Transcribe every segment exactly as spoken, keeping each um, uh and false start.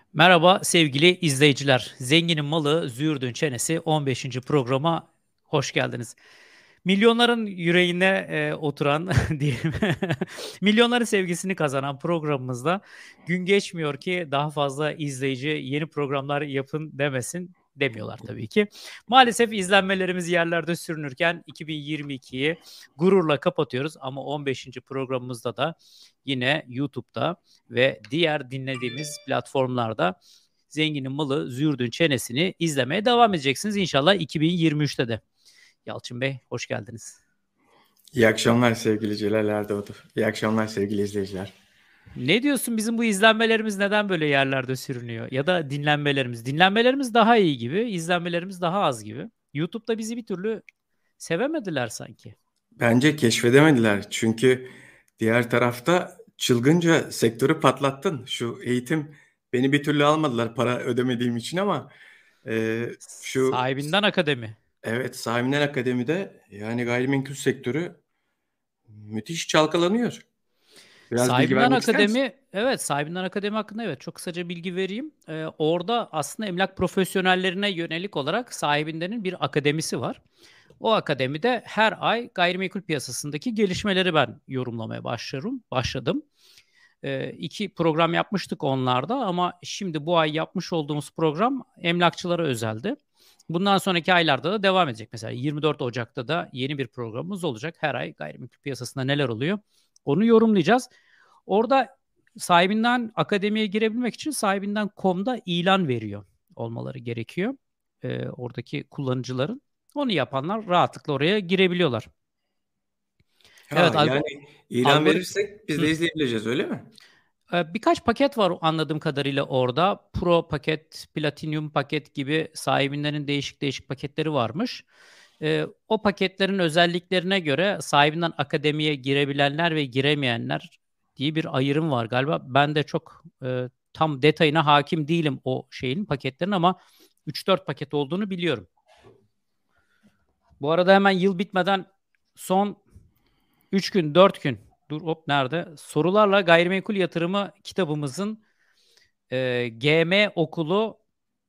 Merhaba sevgili izleyiciler. Zenginin malı, züğürdün çenesi on beşinci programa hoş geldiniz. Milyonların yüreğine e, oturan diyelim, milyonların sevgisini kazanan programımızda gün geçmiyor ki daha fazla izleyici yeni programlar yapın demesin demiyorlar tabii ki. Maalesef izlenmelerimiz yerlerde sürünürken iki bin yirmi ikiyi gururla kapatıyoruz ama on beşinci programımızda da yine YouTube'da ve diğer dinlediğimiz platformlarda Zenginin Malı, Züğürdün Çenesini izlemeye devam edeceksiniz inşallah iki bin yirmi üçte de. Yalçın Bey, hoş geldiniz. İyi akşamlar sevgili Celal Erdoğdu. İyi akşamlar sevgili izleyiciler. Ne diyorsun, bizim bu izlenmelerimiz neden böyle yerlerde sürünüyor? Ya da dinlenmelerimiz. Dinlenmelerimiz daha iyi gibi, izlenmelerimiz daha az gibi. YouTube'da bizi bir türlü sevemediler sanki. Bence keşfedemediler çünkü diğer tarafta çılgınca sektörü patlattın. Şu eğitim beni bir türlü almadılar para ödemediğim için ama e, şu Sahibinden akademi. evet sahibinden akademide yani gayrimenkul sektörü müthiş çalkalanıyor. Biraz bilgi Sahibinden vermek ister misin? Akademi, evet, Sahibinden Akademi hakkında evet çok kısaca bilgi vereyim. Ee, orada aslında emlak profesyonellerine yönelik olarak Sahibinden'in bir akademisi var. O akademide her ay gayrimenkul piyasasındaki gelişmeleri ben yorumlamaya başlarım, başladım. Ee, iki program yapmıştık onlarda ama şimdi bu ay yapmış olduğumuz program emlakçılara özeldi. Bundan sonraki aylarda da devam edecek. Mesela yirmi dört Ocak'ta da yeni bir programımız olacak. Her ay gayrimenkul piyasasında neler oluyor onu yorumlayacağız. Orada sahibinden akademiye girebilmek için sahibinden nokta com'da ilan veriyor olmaları gerekiyor. Ee, oradaki kullanıcıların. Onu yapanlar rahatlıkla oraya girebiliyorlar. Evet, Ha alg- yani ilan algoritma. verirsek biz de izleyebileceğiz öyle mi? Ee, Birkaç paket var anladığım kadarıyla orada. Pro paket, Platinum paket gibi sahibinlerin değişik değişik paketleri varmış. Ee, o paketlerin özelliklerine göre sahibinden akademiye girebilenler ve giremeyenler diye bir ayrım var galiba. Ben de çok e, tam detayına hakim değilim o şeyin paketlerin ama üç dört paket olduğunu biliyorum. Bu arada hemen yıl bitmeden son üç gün dört gün dur hop nerede? Sorularla Gayrimenkul Yatırımı kitabımızın e, G M okulu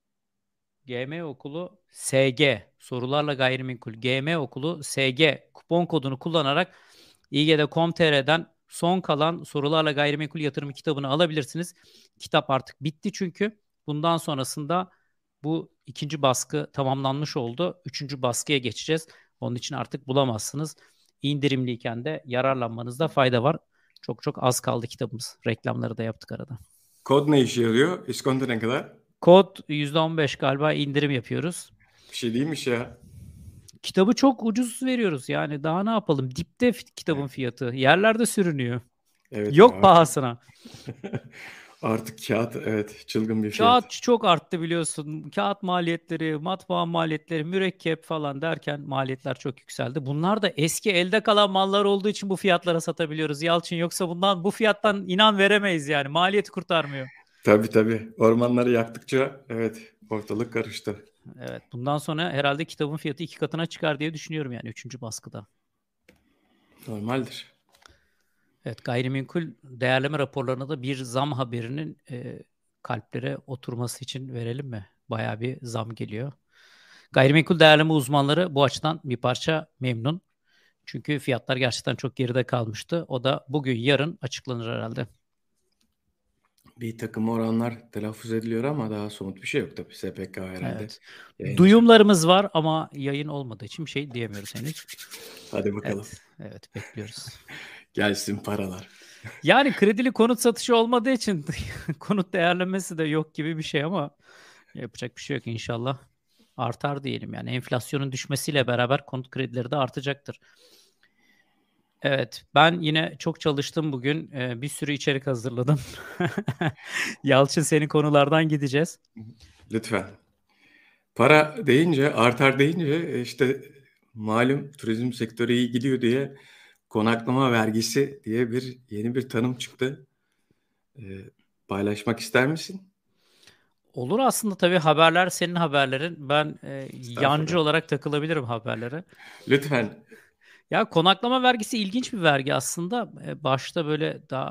G M okulu S G sorularla gayrimenkul G M okulu S G kupon kodunu kullanarak i g d nokta com nokta t r'den son kalan sorularla gayrimenkul yatırımı kitabını alabilirsiniz. Kitap artık bitti çünkü. Bundan sonrasında bu ikinci baskı tamamlanmış oldu. Üçüncü baskıya geçeceğiz. Onun için artık bulamazsınız. İndirimliyken de yararlanmanızda fayda var. Çok çok az kaldı kitabımız. Reklamları da yaptık arada. Kod ne işe yarıyor? İskonto ne kadar? Kod yüzde on beş galiba indirim yapıyoruz. Bir şey değilmiş ya. Kitabı çok ucuz veriyoruz yani daha ne yapalım? Dipte fi- kitabın fiyatı. Yerlerde sürünüyor. Evet ya Yok artık. pahasına. Artık kağıt evet çılgın bir fiyat. Kağıt çok arttı biliyorsun. Kağıt maliyetleri, matbaa maliyetleri, mürekkep falan derken maliyetler çok yükseldi. Bunlar da eski elde kalan mallar olduğu için bu fiyatlara satabiliyoruz Yalçın. Yoksa bundan bu fiyattan inan veremeyiz yani. Maliyeti kurtarmıyor. Tabii tabii. Ormanları yaktıkça evet ortalık karıştı. Evet, bundan sonra herhalde kitabın fiyatı iki katına çıkar diye düşünüyorum yani üçüncü baskıda. Normaldir. Evet, gayrimenkul değerleme raporlarına da bir zam haberinin e, kalplere oturması için verelim mi? Bayağı bir zam geliyor. Gayrimenkul değerleme uzmanları bu açıdan bir parça memnun. Çünkü fiyatlar gerçekten çok geride kalmıştı. O da bugün yarın açıklanır herhalde. Bir takım oranlar telaffuz ediliyor ama daha somut bir şey yok tabii. S P K herhalde Evet. yayınlayacak. Duyumlarımız var ama yayın olmadığı için bir şey diyemiyoruz henüz. Hadi bakalım. Evet, evet bekliyoruz. Gelsin paralar. Yani kredili konut satışı olmadığı için konut değerlemesi de yok gibi bir şey ama yapacak bir şey yok inşallah. Artar diyelim yani enflasyonun düşmesiyle beraber konut kredileri de artacaktır. Evet, ben yine çok çalıştım bugün. Ee, bir sürü içerik hazırladım. Yalçın senin konulardan gideceğiz. Lütfen. Para deyince, artar deyince e, işte malum turizm sektörü iyi gidiyor diye konaklama vergisi diye bir yeni bir tanım çıktı. Ee, paylaşmak ister misin? Olur aslında tabii haberler senin haberlerin. Ben e, yancı Estağfurullah. olarak takılabilirim haberlere. Lütfen. Ya konaklama vergisi ilginç bir vergi aslında. E, başta böyle daha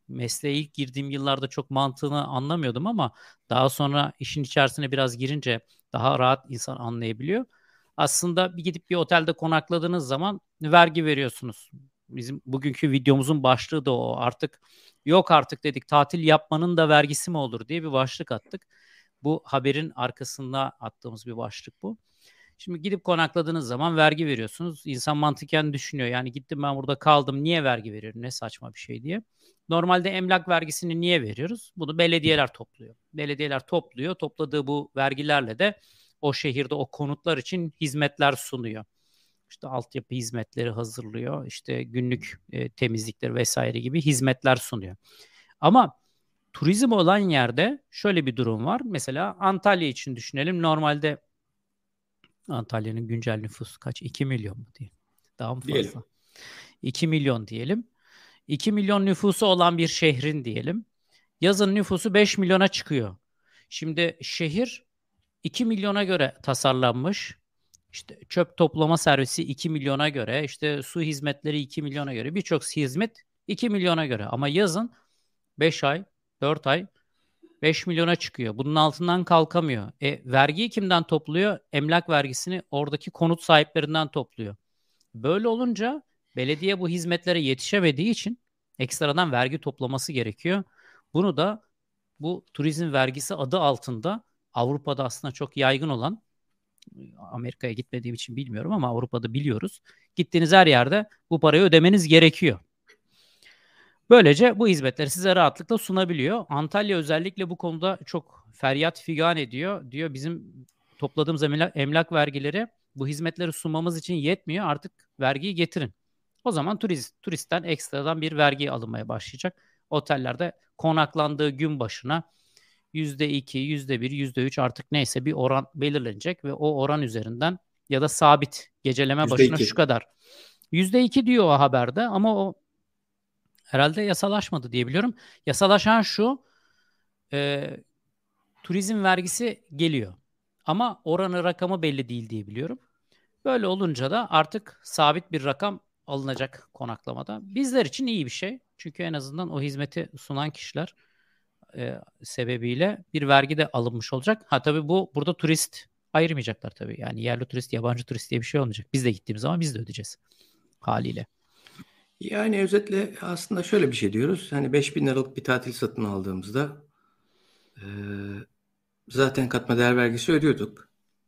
mesleğe ilk girdiğim yıllarda çok mantığını anlamıyordum ama daha sonra işin içerisine biraz girince daha rahat insan anlayabiliyor. Aslında bir gidip bir otelde konakladığınız zaman vergi veriyorsunuz. Bizim bugünkü videomuzun başlığı da o. Artık yok artık dedik, tatil yapmanın da vergisi mi olur diye bir başlık attık. Bu haberin arkasında attığımız bir başlık bu. Şimdi gidip konakladığınız zaman vergi veriyorsunuz. İnsan mantıken düşünüyor. Yani gittim ben burada kaldım, niye vergi veriyorum? Ne saçma bir şey diye. Normalde emlak vergisini niye veriyoruz? Bunu belediyeler topluyor. Belediyeler topluyor. Topladığı bu vergilerle de o şehirde o konutlar için hizmetler sunuyor. İşte altyapı hizmetleri hazırlıyor. İşte günlük e, temizlikler vesaire gibi hizmetler sunuyor. Ama turizm olan yerde şöyle bir durum var. Mesela Antalya için düşünelim. Normalde Antalya'nın güncel nüfusu kaç? iki milyon mu diye. Daha mı Diyelim. fazla? iki milyon diyelim. iki milyon nüfusu olan bir şehrin diyelim. Yazın nüfusu beş milyona çıkıyor. Şimdi şehir iki milyona göre tasarlanmış. İşte çöp toplama servisi iki milyona göre, işte su hizmetleri iki milyona göre, birçok hizmet iki milyona göre. Ama yazın beş ay, dört ay beş milyona çıkıyor. Bunun altından kalkamıyor. E, vergiyi kimden topluyor? Emlak vergisini oradaki konut sahiplerinden topluyor. Böyle olunca belediye bu hizmetlere yetişemediği için ekstradan vergi toplaması gerekiyor. Bunu da bu turizm vergisi adı altında Avrupa'da aslında çok yaygın olan, Amerika'ya gitmediğim için bilmiyorum ama Avrupa'da biliyoruz. Gittiğiniz her yerde bu parayı ödemeniz gerekiyor. Böylece bu hizmetleri size rahatlıkla sunabiliyor. Antalya özellikle bu konuda çok feryat figan ediyor. Diyor bizim topladığımız emlak, emlak vergileri bu hizmetleri sunmamız için yetmiyor. Artık vergiyi getirin. O zaman turist, turistten ekstradan bir vergi alınmaya başlayacak. Otellerde konaklandığı gün başına yüzde iki, yüzde bir, yüzde üç artık neyse bir oran belirlenecek ve o oran üzerinden ya da sabit geceleme başına şu yüzde iki. kadar. yüzde iki diyor o haberde ama o herhalde yasalaşmadı diye biliyorum. Yasalaşan şu, e, turizm vergisi geliyor. Ama oranı, rakamı belli değil diye biliyorum. Böyle olunca da artık sabit bir rakam alınacak konaklamada. Bizler için iyi bir şey. Çünkü en azından o hizmeti sunan kişiler e, sebebiyle bir vergi de alınmış olacak. Ha tabii bu burada turist ayırmayacaklar tabii. Yani yerli turist, yabancı turist diye bir şey olmayacak. Biz de gittiğimiz zaman biz de ödeyeceğiz haliyle. Yani özetle aslında şöyle bir şey diyoruz. Hani beş bin liralık bir tatil satın aldığımızda e, zaten katma değer vergisi ödüyorduk.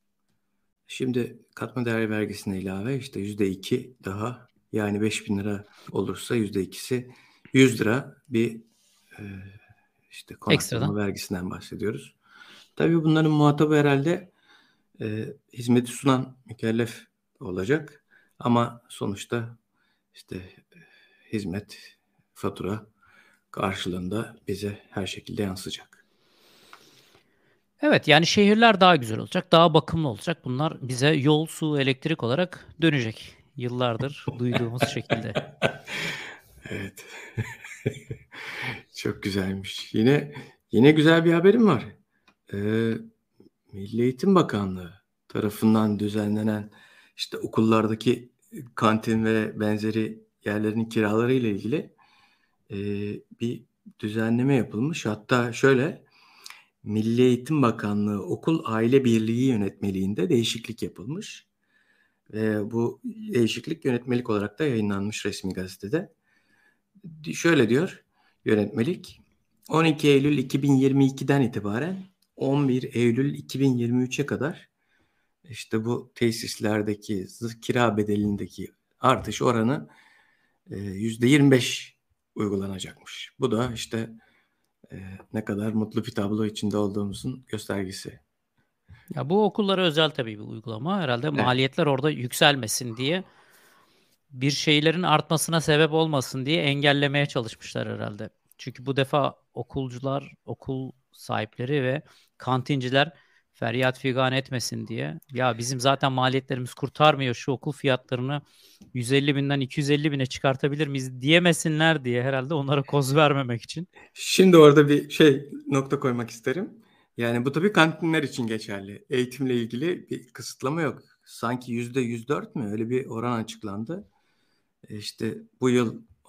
Şimdi katma değer vergisine ilave işte yüzde iki daha, yani beş bin lira olursa yüzde ikisi yüz lira bir e, işte konaklama Ekstradan. vergisinden bahsediyoruz. Tabii bunların muhatabı herhalde e, hizmeti sunan mükellef olacak. Ama sonuçta işte e, hizmet, fatura karşılığında bize her şekilde yansıyacak. Evet, yani şehirler daha güzel olacak, daha bakımlı olacak. Bunlar bize yol, su, elektrik olarak dönecek. Yıllardır duyduğumuz şekilde. Evet. Çok güzelmiş. Yine yine güzel bir haberim var. Ee, Milli Eğitim Bakanlığı tarafından düzenlenen işte okullardaki kantin ve benzeri yerlerin kiraları ile ilgili e, bir düzenleme yapılmış. Hatta şöyle, Milli Eğitim Bakanlığı Okul Aile Birliği Yönetmeliğinde değişiklik yapılmış. Ve bu değişiklik yönetmelik olarak da yayınlanmış resmi gazetede. Şöyle diyor yönetmelik: on iki Eylül iki bin yirmi ikiden itibaren on bir Eylül iki bin yirmi üçe kadar işte bu tesislerdeki kira bedelindeki artış oranı e, yüzde yirmi beş uygulanacakmış. Bu da işte e, ne kadar mutlu bir tablo içinde olduğumuzun göstergesi. Ya bu okullara özel tabii bir uygulama. Herhalde Evet. maliyetler orada yükselmesin diye, bir şeylerin artmasına sebep olmasın diye engellemeye çalışmışlar herhalde. Çünkü bu defa okulcular, okul sahipleri ve kantinciler feryat figan etmesin diye. Ya bizim zaten maliyetlerimiz kurtarmıyor, şu okul fiyatlarını yüz elli binden iki yüz elli bine çıkartabilir miyiz diyemesinler diye herhalde, onlara koz vermemek için. Şimdi orada bir şey nokta koymak isterim. Yani bu tabii kantinler için geçerli. Eğitimle ilgili bir kısıtlama yok. Sanki yüzde yüz dört mü öyle bir oran açıklandı. E İşte bu yıl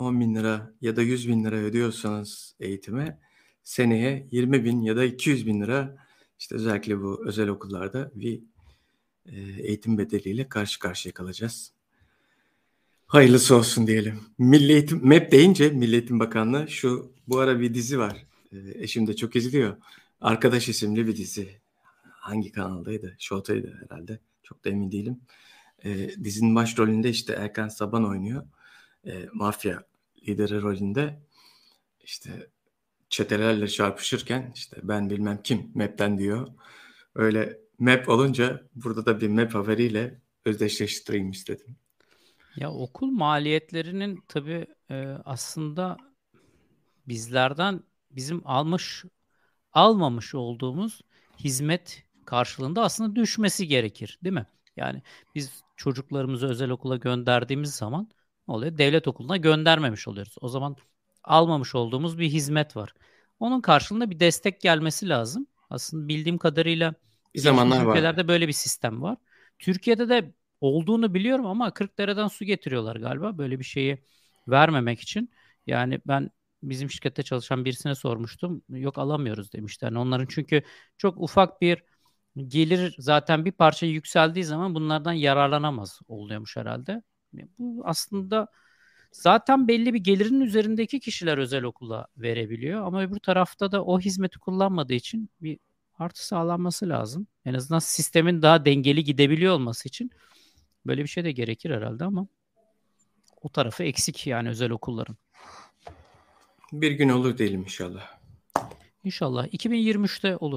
on bin lira ya da yüz bin lira ödüyorsanız eğitime, seneye yirmi bin ya da iki yüz bin lira işte özellikle bu özel okullarda bir e, eğitim bedeliyle karşı karşıya kalacağız. Hayırlısı olsun diyelim. Milli Eğitim, M E P deyince Milli Eğitim Bakanlığı şu bu ara bir dizi var. E, eşim de çok izliyor. Arkadaş isimli bir dizi. Hangi kanaldaydı? Show'taydı herhalde. Çok da emin değilim. E, dizinin başrolünde işte Erkan Saban oynuyor. E, mafya lideri rolünde. İşte çetelerle çarpışırken işte ben bilmem kim M E P'ten diyor. Öyle M E P olunca burada da bir M E P haberiyle özdeşleştireyim istedim. Ya okul maliyetlerinin tabii e, aslında bizlerden bizim almış almamış olduğumuz hizmet karşılığında aslında düşmesi gerekir, değil mi? Yani biz çocuklarımızı özel okula gönderdiğimiz zaman ne oluyor? Devlet okuluna göndermemiş oluyoruz. O zaman almamış olduğumuz bir hizmet var. Onun karşılığında bir destek gelmesi lazım. Aslında bildiğim kadarıyla Bir gelişmiş zamanlar vardı. ülkelerde böyle bir sistem var. Türkiye'de de olduğunu biliyorum ama Kırklareli'den su getiriyorlar galiba böyle bir şeyi vermemek için. Yani ben bizim şirkette çalışan birisine sormuştum. Yok alamıyoruz demişler. Yani onların çünkü çok ufak bir gelir zaten bir parça yükseldiği zaman bunlardan yararlanamaz oluyormuş herhalde. Bu aslında zaten belli bir gelirin üzerindeki kişiler özel okula verebiliyor ama öbür tarafta da o hizmeti kullanmadığı için bir artı sağlanması lazım. En azından sistemin daha dengeli gidebiliyor olması için böyle bir şey de gerekir herhalde ama o tarafı eksik yani özel okulların. Bir gün olur diyelim inşallah. İnşallah iki bin yirmi üçte olur.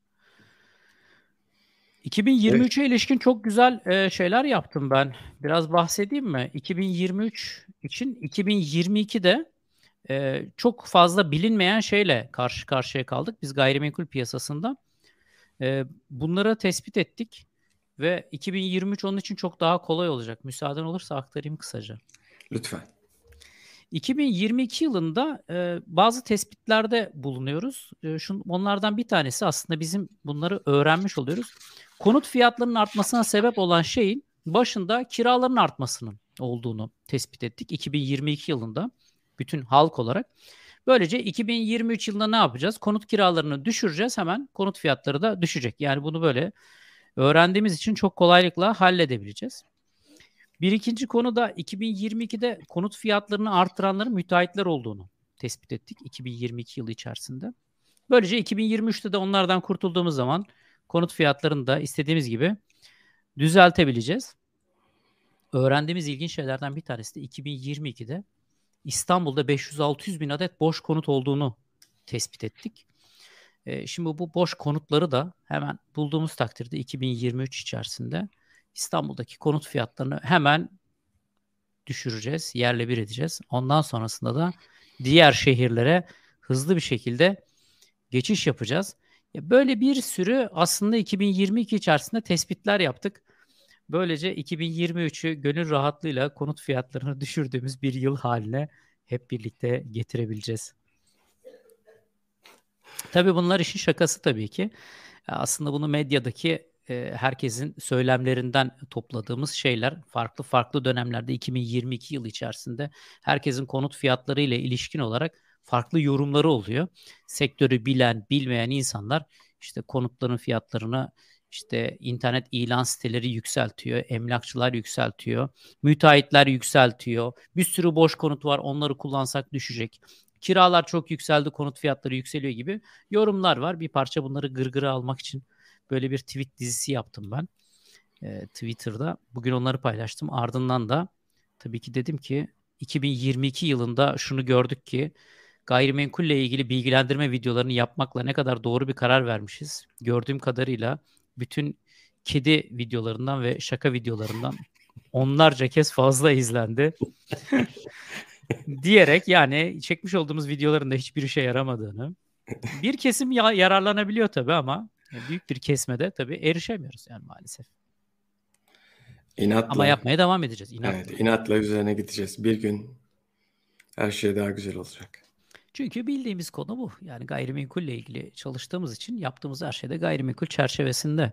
iki bin yirmi üçe evet. ilişkin çok güzel e, şeyler yaptım ben. Biraz bahsedeyim mi? iki bin yirmi üç için iki bin yirmi ikide e, çok fazla bilinmeyen şeyle karşı karşıya kaldık. Biz gayrimenkul piyasasında. E, bunları tespit ettik ve iki bin yirmi üç onun için çok daha kolay olacak. Müsaaden olursa aktarayım kısaca. Lütfen. iki bin yirmi iki yılında e, bazı tespitlerde bulunuyoruz. E, şun, onlardan bir tanesi aslında bizim bunları öğrenmiş oluyoruz. Konut fiyatlarının artmasına sebep olan şeyin başında kiraların artmasının olduğunu tespit ettik iki bin yirmi iki yılında bütün halk olarak. Böylece iki bin yirmi üç yılında ne yapacağız? Konut kiralarını düşüreceğiz, hemen konut fiyatları da düşecek. Yani bunu böyle öğrendiğimiz için çok kolaylıkla halledebileceğiz. Bir ikinci konu da iki bin yirmi ikide konut fiyatlarını artıranların müteahhitler olduğunu tespit ettik iki bin yirmi iki yılı içerisinde. Böylece iki bin yirmi üçte de onlardan kurtulduğumuz zaman konut fiyatlarını da istediğimiz gibi düzeltebileceğiz. Öğrendiğimiz ilginç şeylerden bir tanesi de iki bin yirmi ikide İstanbul'da beş yüz altı yüz bin adet boş konut olduğunu tespit ettik. Ee, şimdi bu boş konutları da hemen bulduğumuz takdirde iki bin yirmi üç içerisinde İstanbul'daki konut fiyatlarını hemen düşüreceğiz, yerle bir edeceğiz. Ondan sonrasında da diğer şehirlere hızlı bir şekilde geçiş yapacağız. Ya böyle bir sürü aslında iki bin yirmi iki içerisinde tespitler yaptık. Böylece iki bin yirmi üçü gönül rahatlığıyla konut fiyatlarını düşürdüğümüz bir yıl haline hep birlikte getirebileceğiz. Tabii bunlar işin şakası tabii ki. Aslında bunu medyadaki e, herkesin söylemlerinden topladığımız şeyler. Farklı farklı dönemlerde iki bin yirmi iki yılı içerisinde herkesin konut fiyatları ile ilişkin olarak farklı yorumları oluyor. Sektörü bilen, bilmeyen insanlar işte konutların fiyatlarını işte internet ilan siteleri yükseltiyor, emlakçılar yükseltiyor, müteahhitler yükseltiyor. Bir sürü boş konut var, onları kullansak düşecek. Kiralar çok yükseldi, konut fiyatları yükseliyor gibi yorumlar var. Bir parça bunları gırgıra almak için böyle bir tweet dizisi yaptım ben e, Twitter'da. Bugün onları paylaştım. Ardından da tabii ki dedim ki iki bin yirmi iki yılında şunu gördük ki gayrimenkulle ilgili bilgilendirme videolarını yapmakla ne kadar doğru bir karar vermişiz. Gördüğüm kadarıyla bütün kedi videolarından ve şaka videolarından onlarca kez fazla izlendi. Diyerek yani çekmiş olduğumuz videoların da hiçbir işe yaramadığını, bir kesim ya yararlanabiliyor tabii ama büyük bir kesmede tabii erişemiyoruz yani maalesef. İnatla. Ama yapmaya devam edeceğiz. İnatla. Evet, inatla üzerine gideceğiz. Bir gün her şey daha güzel olacak. Çünkü bildiğimiz konu bu. Yani gayrimenkulle ilgili çalıştığımız için yaptığımız her şey de gayrimenkul çerçevesinde.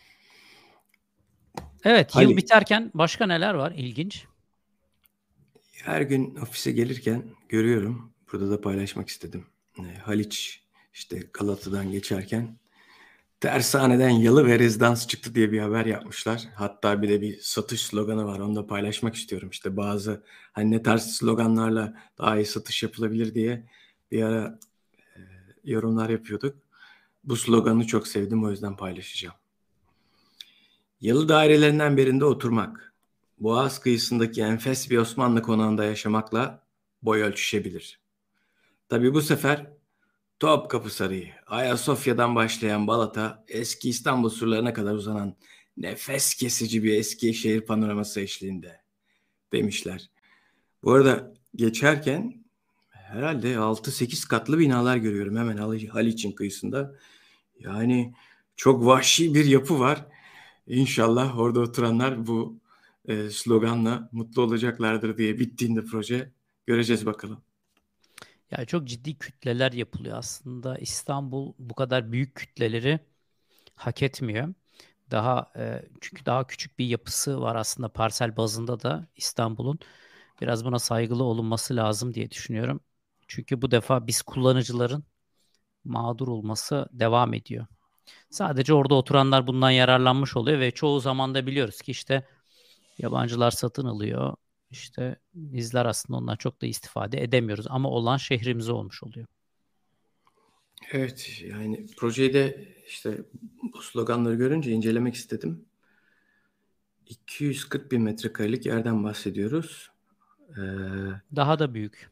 Evet, Halil, yıl biterken başka neler var ilginç? Her gün ofise gelirken görüyorum. Burada da paylaşmak istedim. E, Haliç işte Galata'dan geçerken tersaneden yalı ve rezidans çıktı diye bir haber yapmışlar. Hatta bir de bir satış sloganı var. Onu da paylaşmak istiyorum. İşte bazı hani ne tarz sloganlarla daha iyi satış yapılabilir diye bir ara e, yorumlar yapıyorduk. Bu sloganı çok sevdim, o yüzden paylaşacağım. Yalı dairelerinden birinde oturmak, Boğaz kıyısındaki enfes bir Osmanlı konağında yaşamakla boy ölçüşebilir. Tabii bu sefer Topkapı Sarayı, Ayasofya'dan başlayan Balata, eski İstanbul surlarına kadar uzanan nefes kesici bir eski şehir panoraması eşliğinde demişler. Bu arada geçerken herhalde altı sekiz katlı binalar görüyorum hemen Haliç'in kıyısında. Yani çok vahşi bir yapı var. İnşallah orada oturanlar bu e, sloganla mutlu olacaklardır diye bittiğinde proje göreceğiz bakalım. Ya çok ciddi kütleler yapılıyor aslında. İstanbul bu kadar büyük kütleleri hak etmiyor. Daha e, çünkü daha küçük bir yapısı var aslında parsel bazında da İstanbul'un. Biraz buna saygılı olunması lazım diye düşünüyorum. Çünkü bu defa biz kullanıcıların mağdur olması devam ediyor. Sadece orada oturanlar bundan yararlanmış oluyor ve çoğu zaman da biliyoruz ki işte yabancılar satın alıyor. İşte bizler aslında ondan çok da istifade edemiyoruz ama olan şehrimize olmuş oluyor. Evet, yani projeyi de işte bu sloganları görünce incelemek istedim. iki yüz kırk bin metrekarelik yerden bahsediyoruz. Ee, Daha da büyük.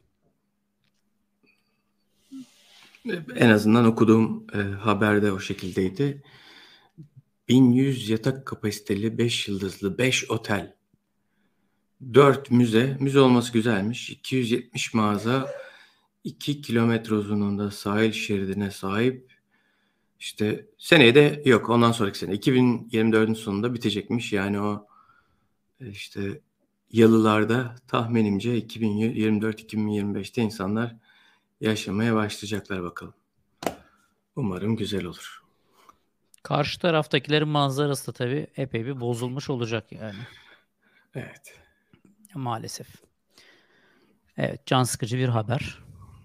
En azından okuduğum e, haberde o şekildeydi. bin yüz yatak kapasiteli beş yıldızlı beş otel, dört müze, müze olması güzelmiş, iki yüz yetmiş mağaza, iki kilometre uzunluğunda sahil şeridine sahip. İşte seneye de yok, ondan sonraki sene iki bin yirmi dördün sonunda bitecekmiş. Yani o e, işte yalılarda tahminimce iki bin yirmi dört iki bin yirmi beşte insanlar yaşamaya başlayacaklar bakalım. Umarım güzel olur. Karşı taraftakilerin manzarası da tabii epey bir bozulmuş olacak yani. Evet. Maalesef. Evet, can sıkıcı bir haber.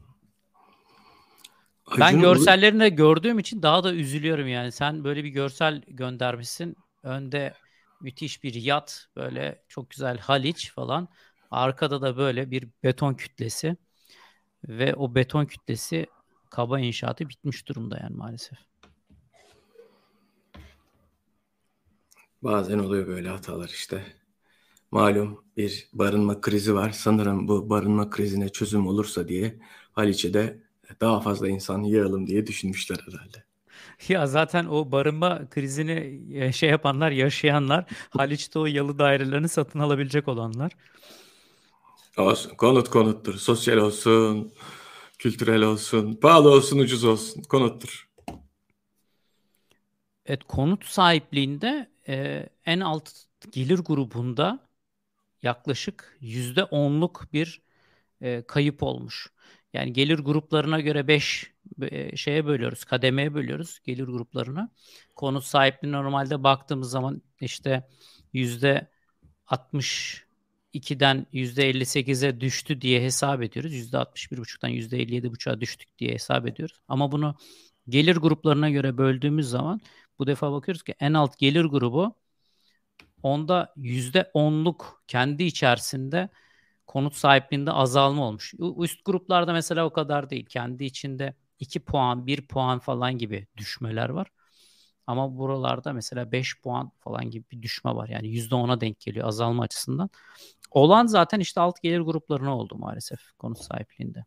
Ben Acun Ulu görsellerini de gördüğüm için daha da üzülüyorum yani. Sen böyle bir görsel göndermişsin. Önde müthiş bir yat, böyle çok güzel Haliç falan. Arkada da böyle bir beton kütlesi ve o beton kütlesi kaba inşaatı bitmiş durumda yani maalesef. bazen oluyor böyle hatalar işte. Malum bir barınma krizi var. Sanırım bu barınma krizine çözüm olursa diye Haliç'e de daha fazla insan yığalım diye düşünmüşler herhalde. Ya zaten o barınma krizini e, şey yapanlar, yaşayanlar, Haliç'te o yalı dairelerini satın alabilecek olanlar. Olsun. Konut konuttur. Sosyal olsun, kültürel olsun, pahalı olsun, ucuz olsun. Konuttur. Evet, konut sahipliğinde e, en alt gelir grubunda yaklaşık yüzde onluk bir e, kayıp olmuş. Yani gelir gruplarına göre beş şeye bölüyoruz, kademeye bölüyoruz gelir gruplarını. Konut sahipliği normalde baktığımız zaman işte yüzde altmış ikiden yüzde elli sekize düştü diye hesap ediyoruz. yüzde altmış bir buçuktan yüzde elli yedi buçuğa düştük diye hesap ediyoruz. Ama bunu gelir gruplarına göre böldüğümüz zaman bu defa bakıyoruz ki en alt gelir grubu onda yüzde onluk kendi içerisinde konut sahipliğinde azalma olmuş. Üst gruplarda mesela o kadar değil. Kendi içinde iki puan, bir puan falan gibi düşmeler var. Ama buralarda mesela beş puan falan gibi bir düşme var. Yani yüzde ona denk geliyor azalma açısından. Olan zaten işte alt gelir gruplarına oldu maalesef konut sahipliğinde.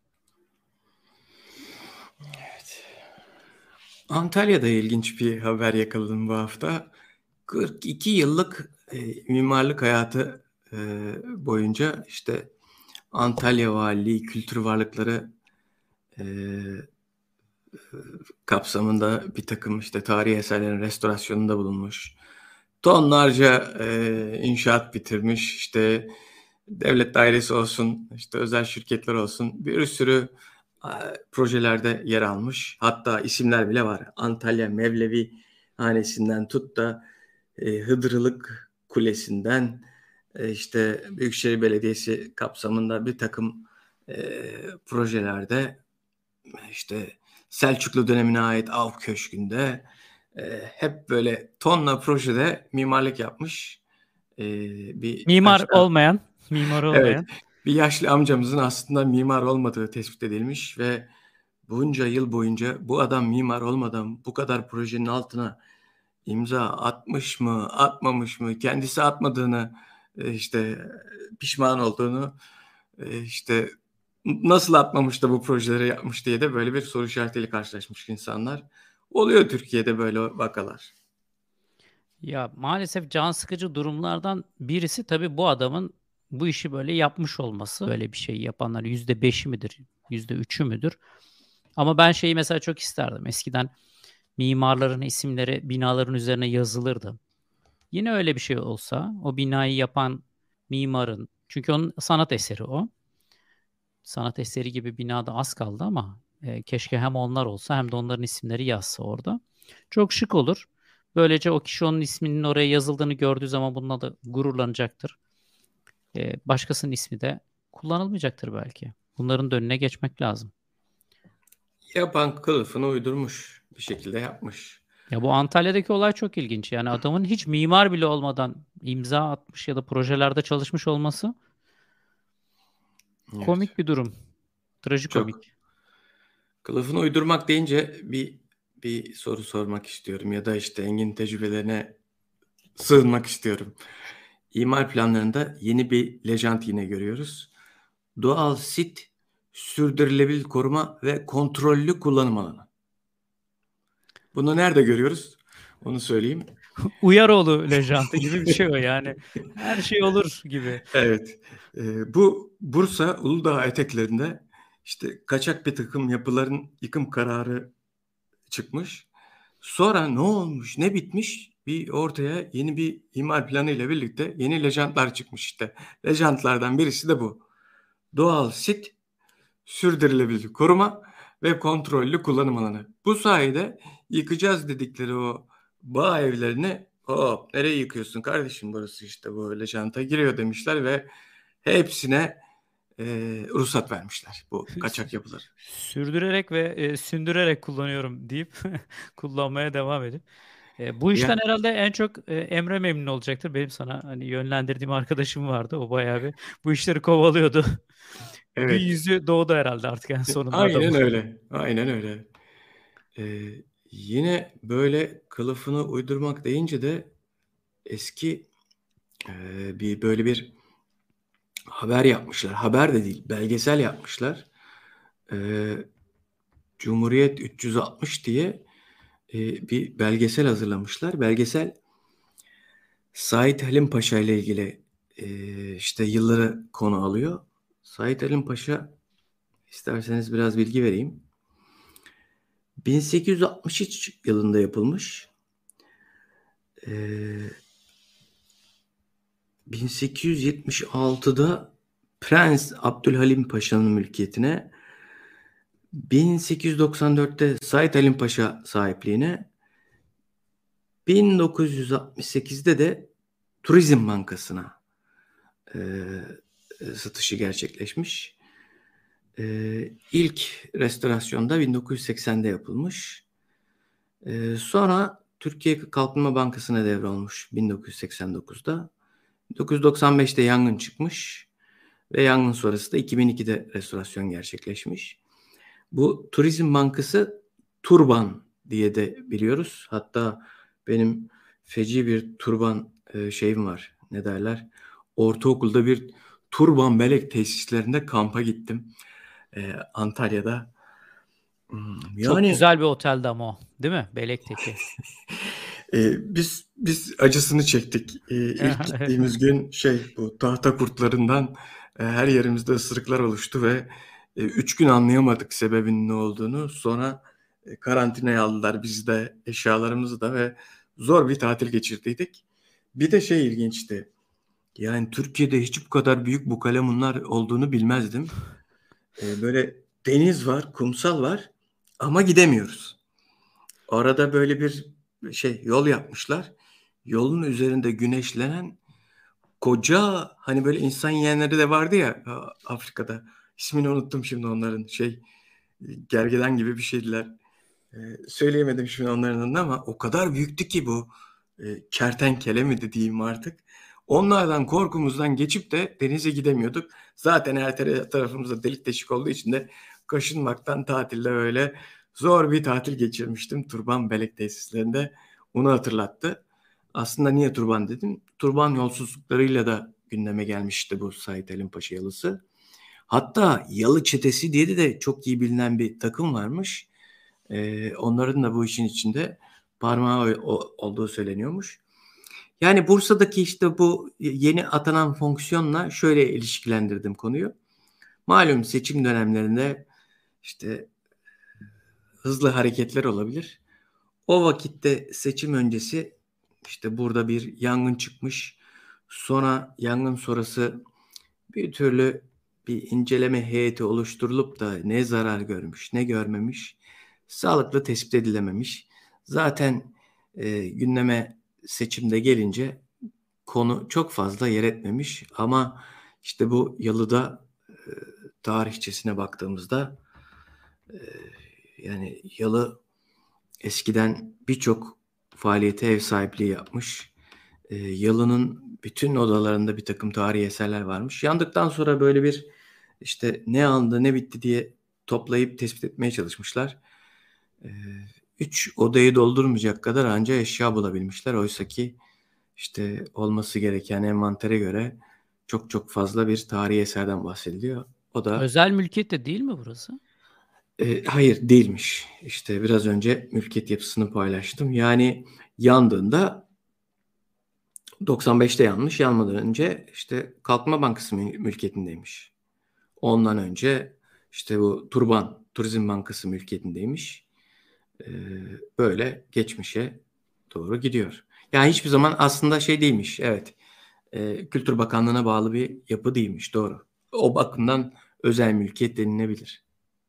Evet. Antalya'da ilginç bir haber yakaladım bu hafta. kırk iki yıllık e, mimarlık hayatı e, boyunca işte Antalya Valiliği Kültür Varlıkları e, kapsamında bir takım işte tarihi eserlerin restorasyonunda bulunmuş. Tonlarca e, inşaat bitirmiş. İşte devlet dairesi olsun, işte özel şirketler olsun, bir sürü e, projelerde yer almış. Hatta isimler bile var. Antalya Mevlevi Hanesi'nden tut da e, Hıdrılık Kulesi'nden e, işte Büyükşehir Belediyesi kapsamında bir takım e, projelerde, işte Selçuklu dönemine ait Av Köşkü'nde e, hep böyle tonla projede mimarlık yapmış e, bir Mimar aşağı. olmayan, mimar Evet, olmayan. bir yaşlı amcamızın aslında mimar olmadığı tespit edilmiş ve bunca yıl boyunca bu adam mimar olmadan bu kadar projenin altına imza atmış mı, atmamış mı, kendisi atmadığını, e, işte pişman olduğunu, e, işte nasıl atmamış da bu projeleri yapmış diye de böyle bir soru işaretiyle karşılaşmış insanlar. Oluyor Türkiye'de böyle vakalar. Ya maalesef can sıkıcı durumlardan birisi tabii bu adamın bu işi böyle yapmış olması. Böyle bir şey yapanlar yüzde beşi midir, yüzde üçü müdür? Ama ben şeyi mesela çok isterdim. Eskiden mimarların isimleri binaların üzerine yazılırdı. Yine öyle bir şey olsa, o binayı yapan mimarın, çünkü onun sanat eseri o. Sanat eseri gibi binada az kaldı ama e, keşke hem onlar olsa hem de onların isimleri yazsa orada. Çok şık olur. Böylece o kişi onun isminin oraya yazıldığını gördüğü zaman bununla da gururlanacaktır. E, başkasının ismi de kullanılmayacaktır belki. Bunların da önüne geçmek lazım. Yapan kılıfını uydurmuş, bir şekilde yapmış. Ya bu Antalya'daki olay çok ilginç. Yani adamın hiç mimar bile olmadan imza atmış ya da projelerde çalışmış olması Evet, komik bir durum. çok. Trajikomik. Kılıfını uydurmak deyince bir bir soru sormak istiyorum ya da işte Engin tecrübelerine sığınmak istiyorum. İmar planlarında yeni bir lejant yine görüyoruz. Doğal sit, sürdürülebilir koruma ve kontrollü kullanım alanı. Bunu nerede görüyoruz? Onu söyleyeyim. Uyaroğlu lejantı gibi bir şey o yani. Her şey olur gibi. Evet. Ee, bu Bursa Uludağ eteklerinde işte kaçak bir takım yapıların yıkım kararı çıkmış. Sonra ne olmuş, ne bitmiş? Bir ortaya yeni bir imar planı ile birlikte yeni lejantlar çıkmış işte. Lejantlardan birisi de bu. Doğal sit, sürdürülebilir koruma ve kontrollü kullanım alanı. Bu sayede yıkacağız dedikleri o bağ evlerini, hop nereye yıkıyorsun kardeşim, burası işte bu lejanta giriyor demişler ve hepsine e, ruhsat vermişler bu kaçak yapıları. Sürdürerek ve e, sündürerek kullanıyorum deyip kullanmaya devam edip. E, bu işten Ya herhalde en çok e, Emre memnun olacaktır. Benim sana hani yönlendirdiğim arkadaşım vardı. O bayağı bir bu işleri kovalıyordu. Bir evet, yüzü doğdu herhalde artık en sonunda adamın. aynen öyle, aynen öyle. Ee, Yine böyle kılıfını uydurmak deyince de eski e, bir böyle bir haber yapmışlar. Haber de değil, belgesel yapmışlar. Ee, Cumhuriyet üç yüz altmış diye e, bir belgesel hazırlamışlar. Belgesel Sait Halim Paşa ile ilgili e, işte yılları konu alıyor. Sait Halim Paşa, isterseniz biraz bilgi vereyim. bin sekiz yüz altmış üç yılında yapılmış. Ee, bin sekiz yüz yetmiş altıda Prens Abdülhalim Paşa'nın mülkiyetine, bin sekiz yüz doksan dörtte Sait Halim Paşa sahipliğine, bin dokuz yüz altmış sekizde de Turizm Bankası'na e, satışı gerçekleşmiş. E, ilk restorasyonda bin dokuz yüz seksende yapılmış. E, sonra Türkiye Kalkınma Bankası'na devrolmuş bin dokuz yüz seksen dokuzda. bin dokuz yüz doksan beşte yangın çıkmış ve yangın sonrası da iki bin ikide restorasyon gerçekleşmiş. Bu Turizm Bankası Turban diye de biliyoruz. Hatta benim feci bir turban e, şeyim var. Ne derler? Ortaokulda bir turban belek tesislerinde kampa gittim. E, Antalya'da. Hmm, Çok Yani güzel bir oteldi ama o. Değil mi? Belekteki. e, biz biz acısını çektik. E, ilk gittiğimiz gün şey, bu tahta kurtlarından e, her yerimizde ısırıklar oluştu ve e, üç gün anlayamadık sebebinin ne olduğunu. Sonra e, karantinaya aldılar bizi de, eşyalarımızı da ve zor bir tatil geçirdiydik. Bir de şey ilginçti. Yani Türkiye'de hiç bu kadar büyük bukalemunlar olduğunu bilmezdim. E, böyle deniz var, kumsal var ama gidemiyoruz. Arada böyle bir şey yol yapmışlar. Yolun üzerinde güneşlenen koca hani böyle insan yiyenleri de vardı ya Afrika'da. İsmini unuttum şimdi onların. Şey gergedan gibi bir şeydiler. Ee, söyleyemedim şimdi onların adını ama o kadar büyüktü ki bu e, kertenkele mi de diyeyim artık. Onlardan korkumuzdan geçip de denize gidemiyorduk. Zaten her tarafımızda delik deşik olduğu için de kaşınmaktan tatilde öyle zor bir tatil geçirmiştim. Turban Belek tesislerinde onu hatırlattı. Aslında niye turban dedim? Turban yolsuzluklarıyla da gündeme gelmişti bu Sait Halim Paşa yalısı. Hatta Yalı Çetesi diye de çok iyi bilinen bir takım varmış. Ee, onların da bu işin içinde parmağı olduğu söyleniyormuş. Yani Bursa'daki işte bu yeni atanan fonksiyonla şöyle ilişkilendirdim konuyu. Malum seçim dönemlerinde işte hızlı hareketler olabilir. O vakitte seçim öncesi işte burada bir yangın çıkmış. Sonra yangın sonrası bir türlü bir inceleme heyeti oluşturulup da ne zarar görmüş ne görmemiş sağlıklı tespit edilememiş. Zaten e, gündeme seçimde gelince konu çok fazla yer etmemiş ama işte bu Yalı'da e, tarihçesine baktığımızda e, yani Yalı eskiden birçok faaliyete ev sahipliği yapmış. E, Yalı'nın bütün odalarında bir takım tarihi eserler varmış. Yandıktan sonra böyle bir işte ne aldı ne bitti diye toplayıp tespit etmeye çalışmışlar. E, üç odayı doldurmayacak kadar anca eşya bulabilmişler. Oysa ki işte olması gereken envantere göre çok çok fazla bir tarihi eserden bahsediliyor. O da Özel mülkiyet de değil mi burası? e, hayır değilmiş. İşte biraz önce mülkiyet yapısını paylaştım. Yani yandığında doksan beşte yanmış. Yanmadan önce işte Kalkınma Bankası mül- mülkiyetindeymiş. Ondan önce işte bu Turban Turizm Bankası mülkiyetindeymiş. Ee, böyle geçmişe doğru gidiyor. Yani hiçbir zaman aslında şey değilmiş. Evet. Ee, Kültür Bakanlığı'na bağlı bir yapı değilmiş. Doğru. O bakımdan özel mülkiyet denilebilir.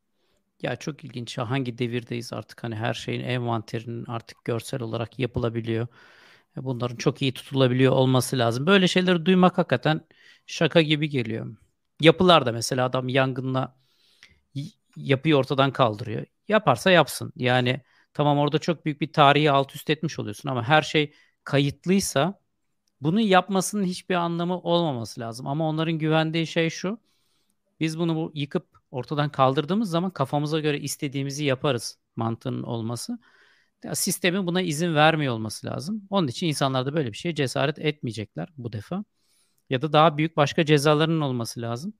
Ya çok ilginç. Ya hangi devirdeyiz artık, hani her şeyin envanterinin artık görsel olarak yapılabiliyor. E, Bunların çok iyi tutulabiliyor olması lazım. Böyle şeyleri duymak hakikaten şaka gibi geliyor. Yapılar da mesela adam yangınla y- yapıyı ortadan kaldırıyor. Yaparsa yapsın. Yani tamam, orada çok büyük bir tarihi alt üst etmiş oluyorsun ama her şey kayıtlıysa bunu yapmasının hiçbir anlamı olmaması lazım. Ama onların güvendiği şey şu: biz bunu bu yıkıp ortadan kaldırdığımız zaman kafamıza göre istediğimizi yaparız mantığının olması. Ya sistemin buna izin vermiyor olması lazım. Onun için insanlar da böyle bir şeye cesaret etmeyecekler bu defa. Ya da daha büyük başka cezalarının olması lazım.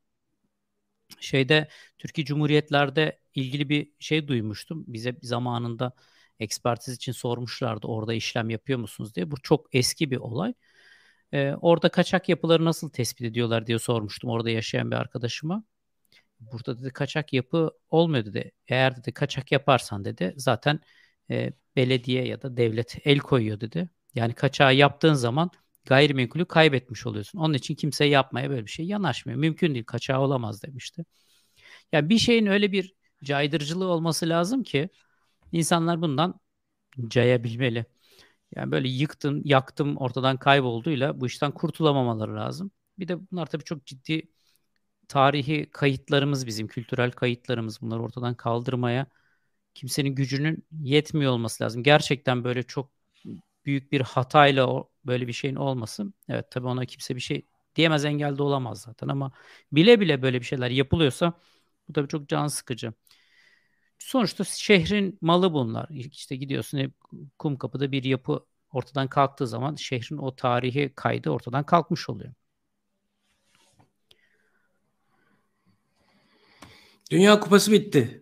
Şeyde, Türkiye Cumhuriyetlerde ilgili bir şey duymuştum. Bize zamanında ekspertiz için sormuşlardı, orada işlem yapıyor musunuz diye. Bu çok eski bir olay. Ee, orada kaçak yapıları nasıl tespit ediyorlar diye sormuştum orada yaşayan bir arkadaşıma. Burada dedi kaçak yapı olmuyor dedi. Eğer dedi kaçak yaparsan dedi zaten e, belediye ya da devlet el koyuyor dedi. Yani kaçağı yaptığın zaman gayrimenkulü kaybetmiş oluyorsun. Onun için kimse yapmaya böyle bir şey yanaşmıyor. Mümkün değil, kaçağı olamaz demişti. Ya bir şeyin öyle bir caydırıcılığı olması lazım ki insanlar bundan cayabilmeli. Yani böyle yıktım, yaktım, ortadan kaybolduğuyla bu işten kurtulamamaları lazım. Bir de bunlar tabii çok ciddi tarihi kayıtlarımız, bizim kültürel kayıtlarımız. Bunları ortadan kaldırmaya kimsenin gücünün yetmiyor olması lazım. Gerçekten böyle çok büyük bir hatayla o, böyle bir şeyin olması. Evet, tabii ona kimse bir şey diyemez, engel de olamaz zaten ama bile bile böyle bir şeyler yapılıyorsa bu tabii çok can sıkıcı. Sonuçta şehrin malı bunlar. İşte gidiyorsun, hep Kumkapı'da bir yapı ortadan kalktığı zaman şehrin o tarihi kaydı ortadan kalkmış oluyor. Dünya Kupası bitti.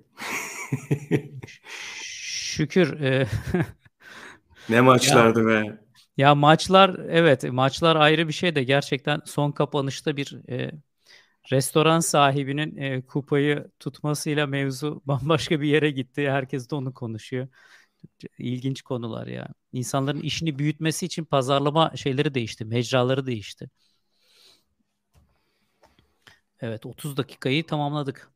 Şükür. e, Ne ya maçlardı be. ya maçlar, evet, maçlar ayrı bir şey de gerçekten son kapanışta bir e, restoran sahibinin e, kupayı tutmasıyla mevzu bambaşka bir yere gitti. Herkes de onu konuşuyor. İlginç konular ya. İnsanların işini büyütmesi için pazarlama şeyleri değişti, mecraları değişti. Evet, otuz dakikayı tamamladık.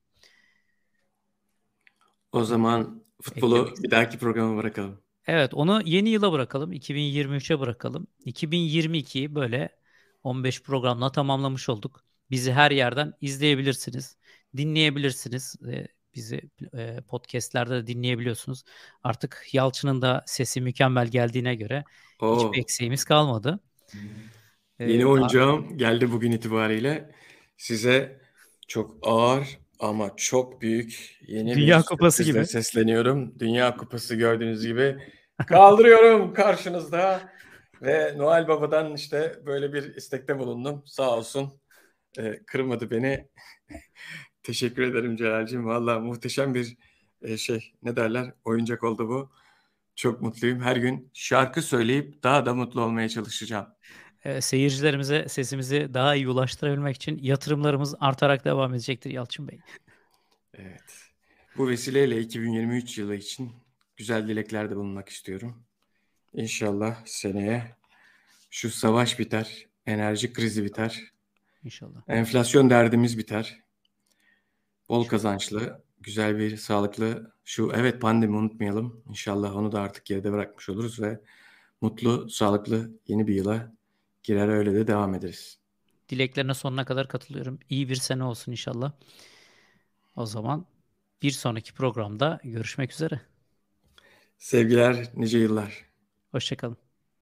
O zaman futbolu Eklemek. bir dahaki programa bırakalım. Evet, onu yeni yıla bırakalım. iki bin yirmi üçe bırakalım. iki bin yirmi ikiyi böyle on beş programla tamamlamış olduk. Bizi her yerden izleyebilirsiniz, dinleyebilirsiniz. E, bizi e, podcastlerde de dinleyebiliyorsunuz. Artık Yalçın'ın da sesi mükemmel geldiğine göre hiçbir Oo. eksiğimiz kalmadı. E, Yeni daha oyuncağım geldi bugün itibariyle. Size çok ağır ama çok büyük yeni bir Dünya Kupası sürprizle gibi. sesleniyorum. Dünya Kupası gördüğünüz gibi kaldırıyorum karşınızda ve Noel Baba'dan işte böyle bir istekte bulundum. Sağ olsun e, kırmadı beni. Teşekkür ederim Celal'cim. Valla muhteşem bir e, şey ne derler oyuncak oldu bu. Çok mutluyum. Her gün şarkı söyleyip daha da mutlu olmaya çalışacağım. E, seyircilerimize sesimizi daha iyi ulaştırabilmek için yatırımlarımız artarak devam edecektir Yalçın Bey. Evet. Bu vesileyle iki bin yirmi üç yılı için güzel dileklerde bulunmak istiyorum. İnşallah seneye şu savaş biter, enerji krizi biter, İnşallah. enflasyon derdimiz biter. Bol İnşallah. kazançlı, güzel bir, sağlıklı, şu evet pandemi unutmayalım. İnşallah onu da artık geride bırakmış oluruz ve mutlu, sağlıklı yeni bir yıla girer öyle de devam ederiz. Dileklerine sonuna kadar katılıyorum. İyi bir sene olsun inşallah. O zaman bir sonraki programda görüşmek üzere. Sevgiler, nice yıllar. Hoşça kalın.